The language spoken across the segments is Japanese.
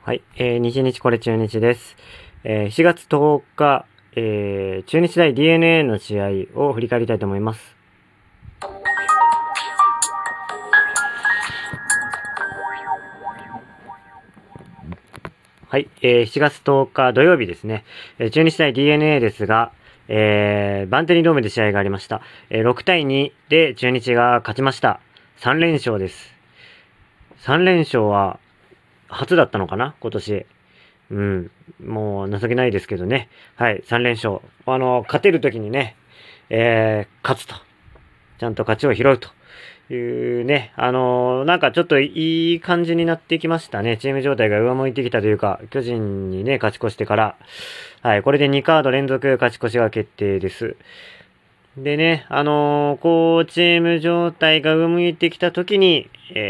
はい、日日これ中日です。7月10日、中日対 DNA の試合を振り返りたいと思います。はい、7月10日土曜日ですね。中日対 DNA ですが、バンテリンドームで試合がありました。6対2で中日が勝ちました。3連勝です。3連勝は初だったのかな今年。うん。もう情けないですけどね。はい、3連勝。勝てる時にね、勝つと。ちゃんと勝ちを拾うというね、なんかちょっといい感じになってきましたね。チーム状態が上向いてきたというか、巨人にね、勝ち越してから、はい、これで2カード連続勝ち越しが決定です。でね、こう、チーム状態が上向いてきた時に、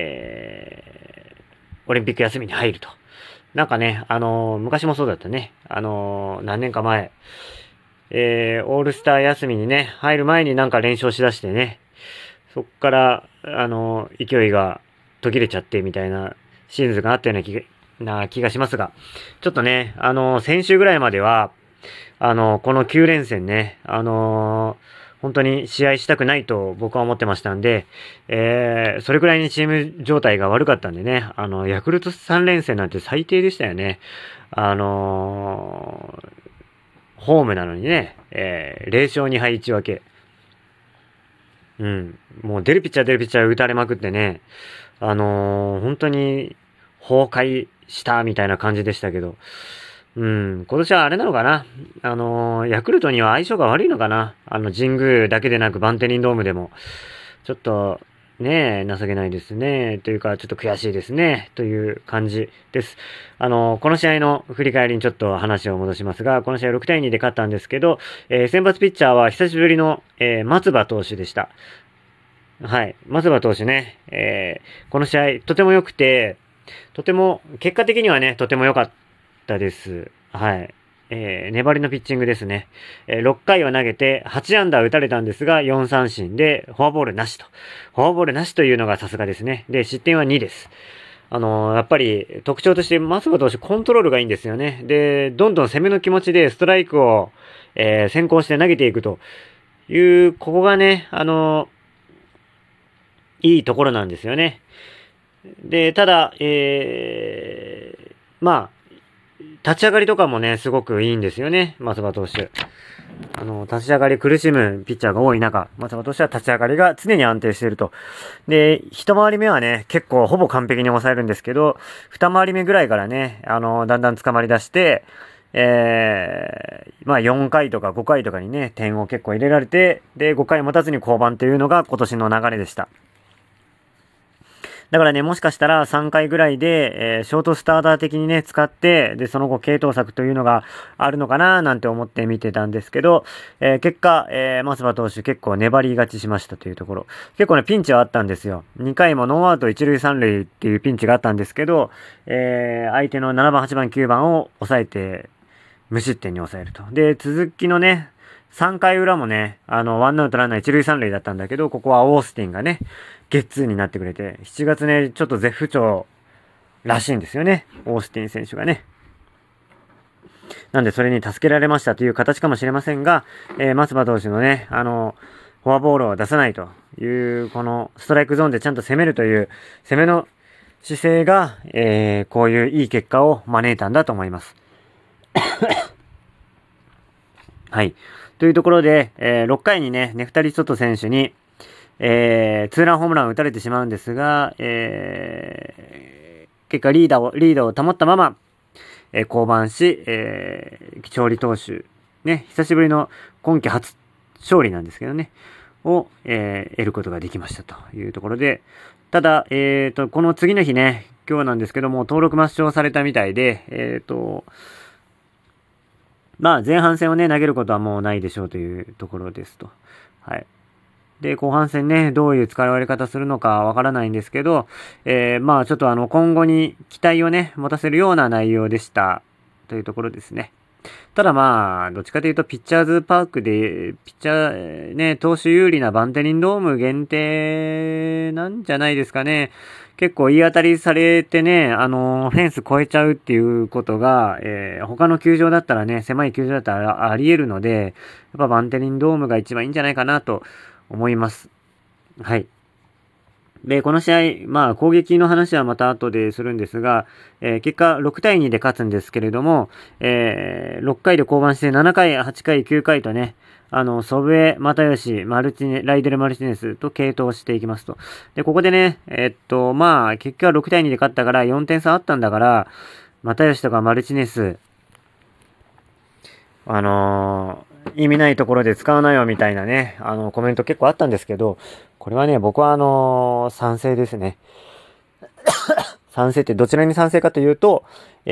オリンピック休みに入ると。なんかね、昔もそうだったね。何年か前、オールスター休みにね、入る前になんか連勝しだしてね、そっから、勢いが途切れちゃってみたいなシーズンがあったような気がしますが、ちょっとね、先週ぐらいまでは、この9連戦ね、本当に試合したくないと僕は思ってましたんで、それくらいにチーム状態が悪かったんでね、ヤクルト3連戦なんて最低でしたよね。ホームなのにね、0勝2敗1分け。うん。もう出るピッチャー打たれまくってね、本当に崩壊したみたいな感じでしたけど、うん、今年はあれなのかな、ヤクルトには相性が悪いのかな、神宮だけでなくバンテリンドームでも。ちょっと、ねえ、情けないですね。というか、ちょっと悔しいですね。という感じです。この試合の振り返りにちょっと話を戻しますが、この試合6対2で勝ったんですけど、先発ピッチャーは久しぶりの、松葉投手でした。はい。松葉投手ね、この試合とても良くて、とても、結果的にはね、とても良かったです。はい。粘りのピッチングですね。6回を投げて8安打打たれたんですが、4三振でフォアボールなしと。フォアボールなしというのがさすがですね。で、失点は2です。やっぱり特徴として松葉投手コントロールがいいんですよね。で、どんどん攻めの気持ちでストライクを、先行して投げていくという、ここがね、いいところなんですよね。で、ただ、まあ、立ち上がりとかもね、すごくいいんですよね、松葉投手。立ち上がり苦しむピッチャーが多い中、松葉投手は立ち上がりが常に安定していると。で、一回り目はね、結構ほぼ完璧に抑えるんですけど、二回り目ぐらいからね、だんだん捕まり出して、まあ4回とか5回とかにね、点を結構入れられて、で、5回持たずに降板っていうのが今年の流れでした。だからね、もしかしたら3回ぐらいで、ショートスターター的にね、使って、で、その後、継投策というのがあるのかななんて思って見てたんですけど、結果、松葉投手結構粘り勝ちしましたというところ。結構ね、ピンチはあったんですよ。2回もノーアウト1塁3塁っていうピンチがあったんですけど、相手の7番、8番、9番を抑えて、無失点に抑えると。で、続きのね、3回裏もね、ワンアウトランナー一塁三塁だったんだけど、ここはオースティンがね、ゲッツーになってくれて、7月ね、ちょっと絶不調らしいんですよね。オースティン選手がね。なんでそれに助けられましたという形かもしれませんが、松葉投手のね、フォアボールを出さないという、このストライクゾーンでちゃんと攻めるという、攻めの姿勢が、こういういい結果を招いたんだと思います。はい。というところで、6回にね、ネフタリ・ソト選手に、ツーランホームランを打たれてしまうんですが、結果リードを保ったまま、降板し、勝利投手、ね、久しぶりの今季初勝利なんですけどね、を、得ることができましたというところで、ただ、この次の日ね、今日なんですけども、登録抹消されたみたいで、まあ前半戦をね、投げることはもうないでしょうというところですと。はい。で、後半戦ね、どういう使われ方するのかわからないんですけど、まあちょっと今後に期待をね、持たせるような内容でした。というところですね。ただまあ、どっちかというと、ピッチャーズパークで、ピッチャー、ね、投手有利なバンテリンドーム限定なんじゃないですかね。 結構言い当たりされてね、フェンス越えちゃうっていうことが、他の球場だったらね、狭い球場だったらあり得るので、やっぱバンテリンドームが一番いいんじゃないかなと思います。はい。で、この試合、まあ、攻撃の話はまた後でするんですが、結果6対2で勝つんですけれども、6回で降板して7回、8回、9回とね、祖父江、又吉、ライデル・マルチネスと継投していきますと。で、ここでね、まあ、結果6対2で勝ったから4点差あったんだから、又吉とかマルチネス、意味ないところで使わないよみたいなね、コメント結構あったんですけど、これはね、僕は賛成ですね。賛成ってどちらに賛成かというと、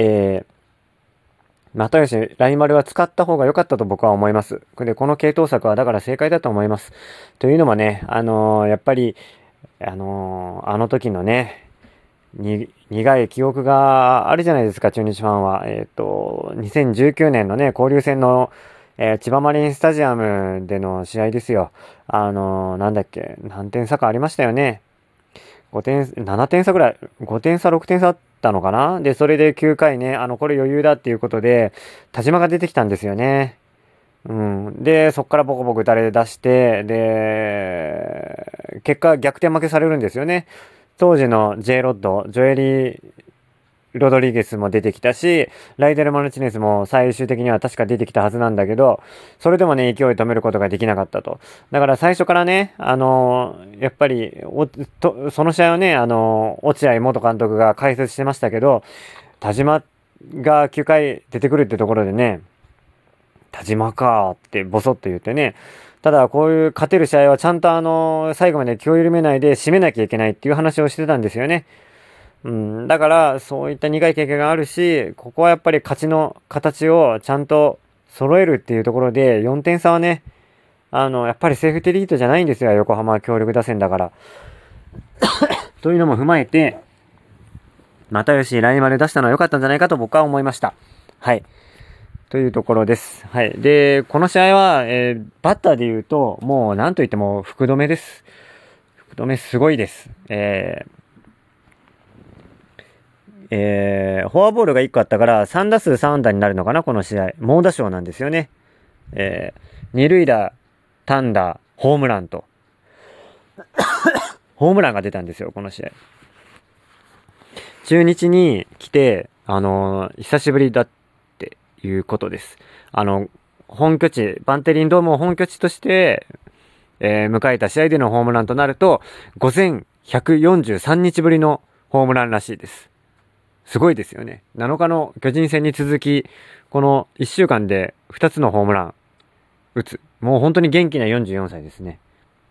又吉、ライマルは使った方が良かったと僕は思います。で、この系統策はだから正解だと思います。というのもね、やっぱり、あの時のね、苦い記憶があるじゃないですか、中日ファンは。2019年のね、交流戦の、千葉マリンスタジアムでの試合ですよ。なんだっけ、何点差かありましたよね。5点、7点差ぐらい、5点差、6点差あったのかな。で、それで9回ね、これ余裕だっていうことで、田島が出てきたんですよね。うん。で、そっからボコボコ打たれ出して、で、結果逆転負けされるんですよね。当時の J ロッド、ジョエリロドリゲスも出てきたし、ライデル・マルチネスも最終的には確か出てきたはずなんだけど、それでもね、勢い止めることができなかったと。だから最初からね、やっぱり、その試合はね、落合元監督が解説してましたけど、田島が9回出てくるってところでね、田島かーってボソッと言ってね、ただこういう勝てる試合はちゃんと最後まで気を緩めないで締めなきゃいけないっていう話をしてたんですよね。うん、だからそういった苦い経験があるし、ここはやっぱり勝ちの形をちゃんと揃えるっていうところで4点差はね、やっぱりセーフティーリードじゃないんですよ、横浜強力打線だから。というのも踏まえて、又吉ライマル出したのは良かったんじゃないかと僕は思いました。はい。というところです。はい。で、この試合は、バッターで言うと、もう何と言っても福留です。福留すごいです。フォアボールが1個あったから3打数3安打になるのかな、この試合。猛打賞なんですよね。二塁打、単打、ホームランと。ホームランが出たんですよ、この試合。中日に来て、久しぶりだっていうことです。本拠地、バンテリンドームを本拠地として、迎えた試合でのホームランとなると、5143日ぶりのホームランらしいです。すごいですよね。7日の巨人戦に続き、この1週間で2つのホームラン打つ。もう本当に元気な44歳ですね。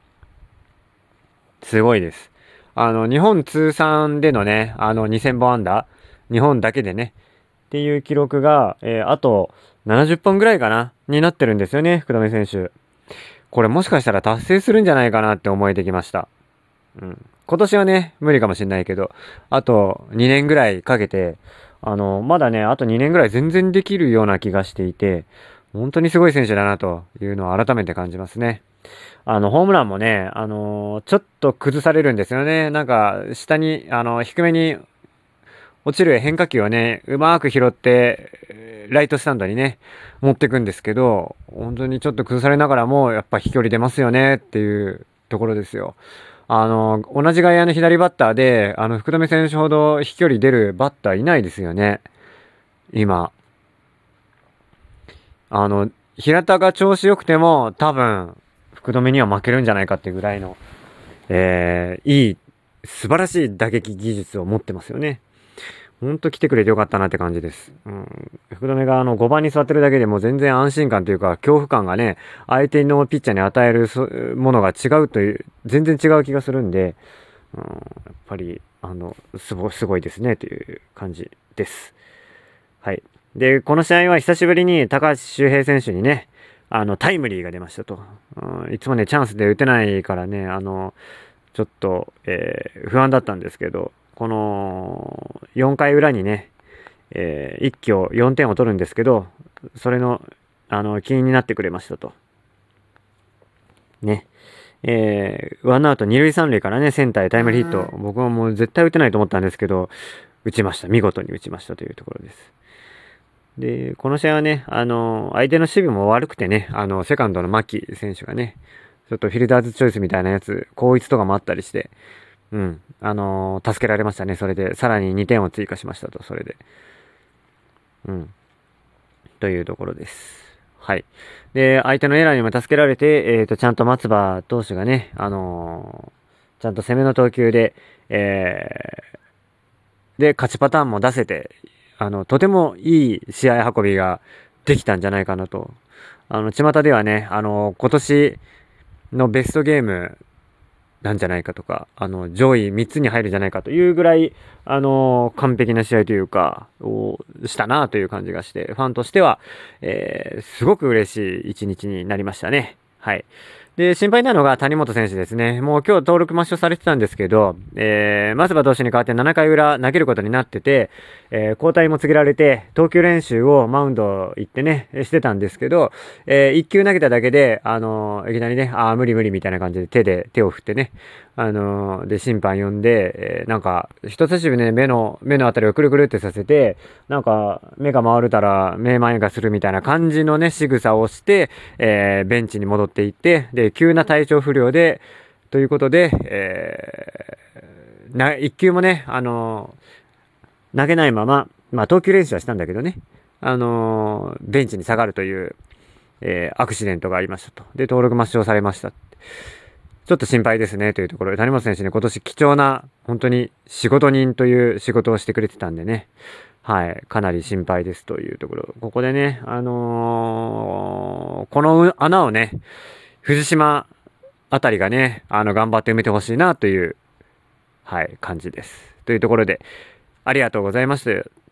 すごいです。日本通算でのね、2000本安打、日本だけでね、っていう記録が、あと70本ぐらいかな、になってるんですよね、福留選手。これもしかしたら達成するんじゃないかなって思えてきました。うん。今年はね、無理かもしれないけど、あと2年ぐらいかけて、まだね、あと2年ぐらい全然できるような気がしていて、本当にすごい選手だなというのを改めて感じますね。ホームランもね、ちょっと崩されるんですよね。なんか、下に、低めに落ちる変化球をね、うまく拾って、ライトスタンドにね、持ってくんですけど、本当にちょっと崩されながらも、やっぱ飛距離出ますよねっていうところですよ。同じ外野の左バッターで、福留選手ほど飛距離出るバッターいないですよね。今。平田が調子良くても、多分、福留には負けるんじゃないかっていうぐらいの、いい、素晴らしい打撃技術を持ってますよね。ほんと来てくれてよかったなって感じです。うん。福留が5番に座ってるだけでも全然安心感というか恐怖感がね、相手のピッチャーに与えるものが違うという、全然違う気がするんで、うん、やっぱり、すごいですねという感じです。はい。で、この試合は久しぶりに高橋周平選手にね、タイムリーが出ましたと。うん、いつもね、チャンスで打てないからね、ちょっと、不安だったんですけど、この4回裏にね、一挙4点を取るんですけど、それの、起因になってくれましたと。ね。 ワンアウト二塁三塁からね、センターへタイムリーヒット。僕はもう絶対打てないと思ったんですけど、打ちました。見事に打ちましたというところです。で、この試合はね、相手の守備も悪くてね、セカンドの牧選手がね、ちょっとフィルダーズチョイスみたいなやつ、後逸とかもあったりして、うん、助けられましたね。それで、さらに2点を追加しましたと、それで。うん。というところです。はい。で、相手のエラーにも助けられて、ちゃんと松葉投手がね、ちゃんと攻めの投球で、で、勝ちパターンも出せて、とてもいい試合運びができたんじゃないかなと。巷ではね、今年のベストゲームなんじゃないかとか、上位3つに入るんじゃないかというぐらい、完璧な試合というか、をしたなという感じがして、ファンとしては、すごく嬉しい一日になりましたね。はい。で、心配なのが谷本選手ですね。もう今日登録抹消されてたんですけど、松葉投手に代わって7回裏投げることになってて、交代も告げられて、投球練習をマウンド行ってね、してたんですけど、1球投げただけで、いきなりね、無理無理みたいな感じで手を振ってね、で、審判呼んで、なんか、人差し指ね、目のあたりをくるくるってさせて、なんか、目が回るたら、目前がするみたいな感じのね、仕草をして、ベンチに戻っていって、で、急な体調不良で、ということで、一球もね、投げないまま、まあ、投球練習はしたんだけどね、ベンチに下がるという、アクシデントがありましたと。で、登録抹消されました。ちょっと心配ですねというところで、谷本選手ね、今年貴重な、本当に仕事人という仕事をしてくれてたんでね、はい、かなり心配ですというところ。ここでね、この穴をね、藤島あたりがね、頑張って埋めてほしいなという、はい、感じです。というところで、ありがとうございました。